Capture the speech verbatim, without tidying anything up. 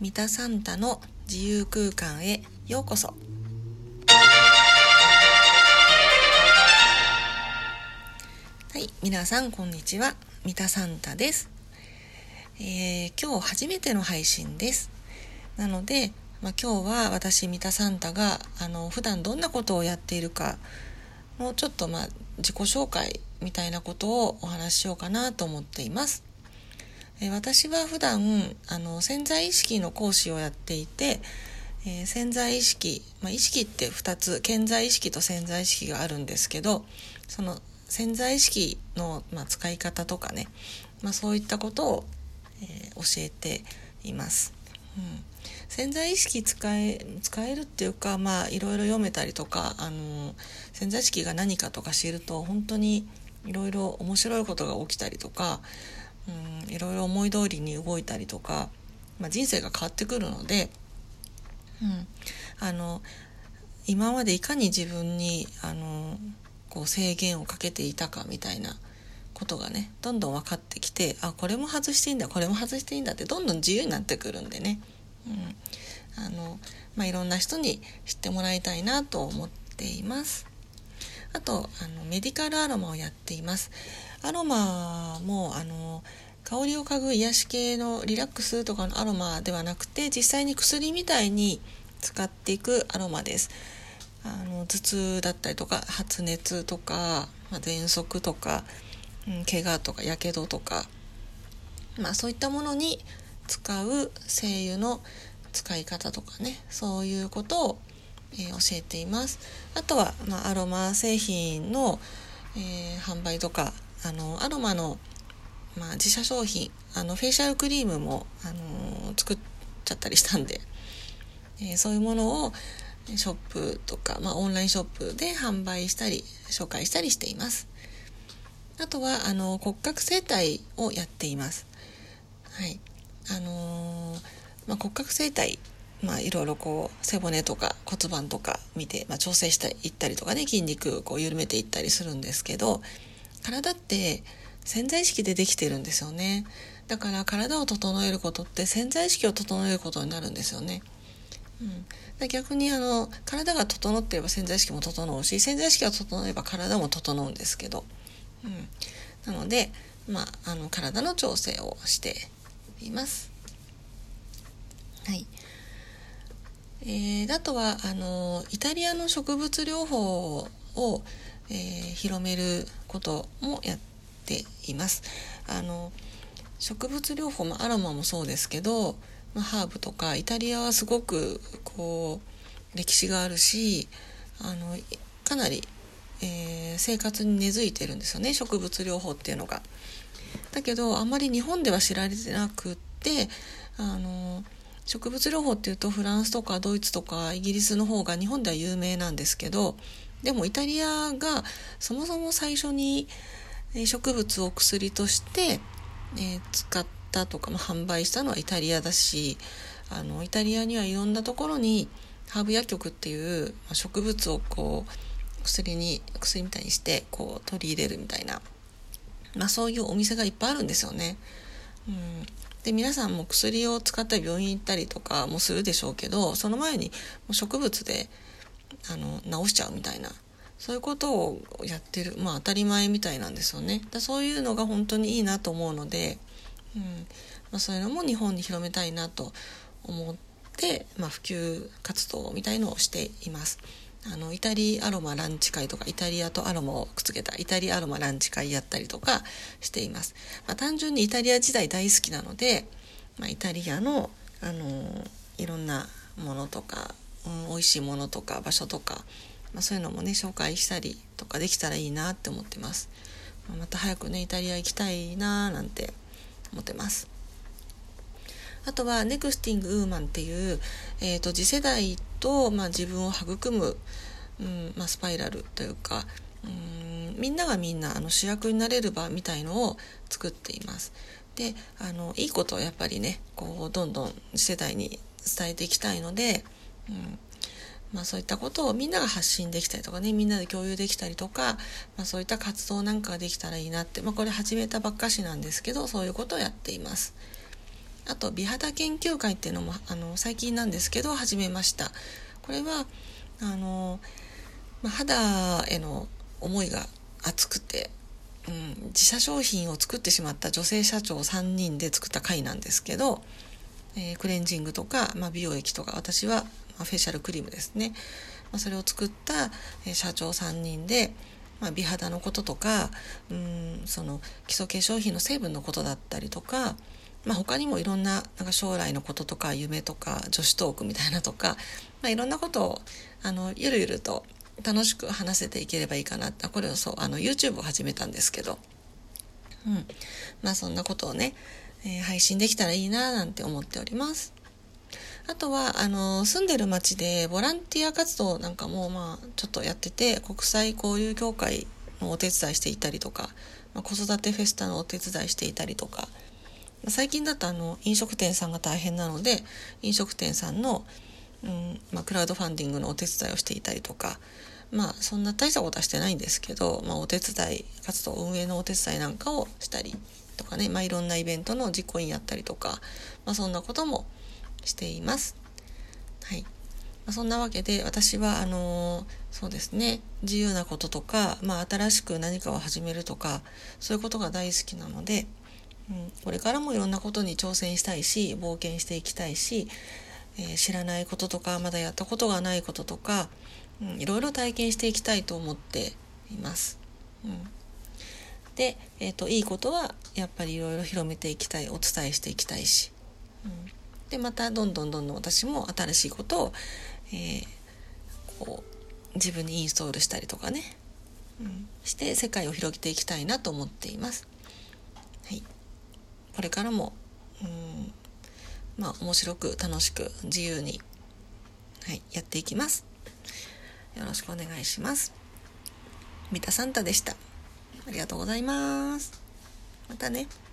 三田サンタの自由空間へようこそ。はい、皆さんこんにちは、三田サンタです。えー、今日初めての配信です。なので、まあ、今日は私三田サンタがあの普段どんなことをやっているかのちょっとまあ自己紹介みたいなことをお話ししようかなと思っています。えー、私は普段あの潜在意識の講師をやっていて、えー、潜在意識、まあ、意識ってふたつ、顕在意識と潜在意識があるんですけど、その潜在意識の、まあ、使い方とかね、まあ、そういったことを、えー、教えています。うん、潜在意識使え、使えるっていうか、まあいろいろ読めたりとか、あの潜在意識が何かとか知ると本当にいろいろ面白いことが起きたりとか、うん、いろいろ思い通りに動いたりとか、まあ、人生が変わってくるので、うん、あの今までいかに自分にあのこう制限をかけていたかみたいなことがね、どんどん分かってきて、あ、これも外していいんだ、これも外していいんだってどんどん自由になってくるんでね、うん、あのまあ、いろんな人に知ってもらいたいなと思っています。あとあのメディカルアロマをやっています。アロマもあの香りを嗅ぐ癒し系のリラックスとかのアロマではなくて、実際に薬みたいに使っていくアロマです。あの頭痛だったりとか発熱とか、まあ、喘息とか、うん、怪我とかやけどとか、まあ、そういったものに使う精油の使い方とかね、そういうことを、えー、教えています。あとは、まあ、アロマ製品の、えー、販売とか、あのアロマの、まあ、自社商品、あのフェイシャルクリームも、あのー、作っちゃったりしたんで、えー、そういうものをショップとか、まあ、オンラインショップで販売したり紹介したりしています。あとはあの骨格整体をやっています。はい、あのーまあ、骨格整体、まあ、いろいろこう背骨とか骨盤とか見て、まあ、調整していったりとかね、筋肉をこう緩めていったりするんですけど、体って潜在意識でできてるんですよね。だから体を整えることって潜在意識を整えることになるんですよね。うん、で逆にあの体が整っていれば潜在意識も整うし、潜在意識が整えば体も整うんですけど、うん、なので、まあ、あの体の調整をしています。はい。えー、あとはあのイタリアの植物療法を、えー、広めることもやっています。あの植物療法もアロマもそうですけど、まあ、ハーブとかイタリアはすごくこう歴史があるし、あのかなり、えー、生活に根付いてるんですよね、植物療法っていうのが。だけどあんまり日本では知られてなくって、あの植物療法っていうとフランスとかドイツとかイギリスの方が日本では有名なんですけど、でもイタリアがそもそも最初に植物を薬として、えー、使ったとか、まあ、販売したのはイタリアだし、あのイタリアにはいろんなところにハーブ薬局っていう、まあ、植物をこう薬に薬みたいにしてこう取り入れるみたいな、まあ、そういうお店がいっぱいあるんですよね。うん、で皆さんも薬を使ったり病院行ったりとかもするでしょうけど、その前にもう植物であの治しちゃうみたいな、そういうことをやってる、まあ当たり前みたいなんですよね。だそういうのが本当にいいなと思うので、うんまあ、そういうのも日本に広めたいなと思って、まあ、普及活動みたいのをしています。あのイタリアロマランチ会とか、イタリアとアロマをくっつけたイタリアロマランチ会やったりとかしています。まあ、単純にイタリア時代大好きなので、まあ、イタリアの、あのいろんなものとか、うん、美味しいものとか場所とか、まあ、そういうのもね紹介したりとかできたらいいなって思ってます。まあ、また早くねイタリア行きたいななんて思ってます。あとはネクスティングウーマンっていう、えー、と次世代と、まあ、自分を育む、うんまあ、スパイラルというか、うんみんながみんなあの主役になれる場みたいのを作っています。であのいいことをやっぱりねこうどんどん次世代に伝えていきたいので、うんまあ、そういったことをみんなが発信できたりとかね、みんなで共有できたりとか、まあ、そういった活動なんかができたらいいなって、まあ、これ始めたばっかしなんですけど、そういうことをやっています。 あと美肌研究会っていうのもあの最近なんですけど始めました。これはあの、まあ、肌への思いが熱くて、うん、自社商品を作ってしまった女性社長さんにんで作った会なんですけど、えー、クレンジングとか、まあ、美容液とか、私は、まあ、フェイシャルクリームですね、まあ、それを作った、えー、社長さんにんで、まあ、美肌のこととか、うん、その基礎化粧品の成分のことだったりとか、まあ、他にもいろん な, なんか将来のこととか夢とか女子トークみたいなとか、まあ、いろんなことをあのゆるゆると楽しく話せていければいいかな。これをそうあの YouTube を始めたんですけど、うん、まあそんなことをね、えー、配信できたらいいななんて思っております。あとはあの住んでる町でボランティア活動なんかもまあちょっとやってて、国際交流協会のお手伝いしていたりとか、まあ、子育てフェスタのお手伝いしていたりとか、最近だとあの飲食店さんが大変なので飲食店さんの、うんまあ、クラウドファンディングのお手伝いをしていたりとか、まあそんな大したことはしてないんですけど、まあ、お手伝い活動運営のお手伝いなんかをしたりとかね、まあ、いろんなイベントの実行委員やったりとか、まあ、そんなこともしています。はい、まあ、そんなわけで私はあのー、そうですね自由なこととか、まあ、新しく何かを始めるとかそういうことが大好きなので、うん、これからもいろんなことに挑戦したいし冒険していきたいし、えー、知らないこととかまだやったことがないこととか、うん、いろいろ体験していきたいと思っています。うん、で、えーと、いいことはやっぱりいろいろ広めていきたい、お伝えしていきたいし、うん、でまたどんどんどんどん私も新しいことを、えー、こう自分にインストールしたりとかね、うん、して世界を広げていきたいなと思っています。はい、これからも、うん、まあ面白く楽しく自由に、はい、やっていきます。よろしくお願いします。三田サンタでした。ありがとうございます。またね。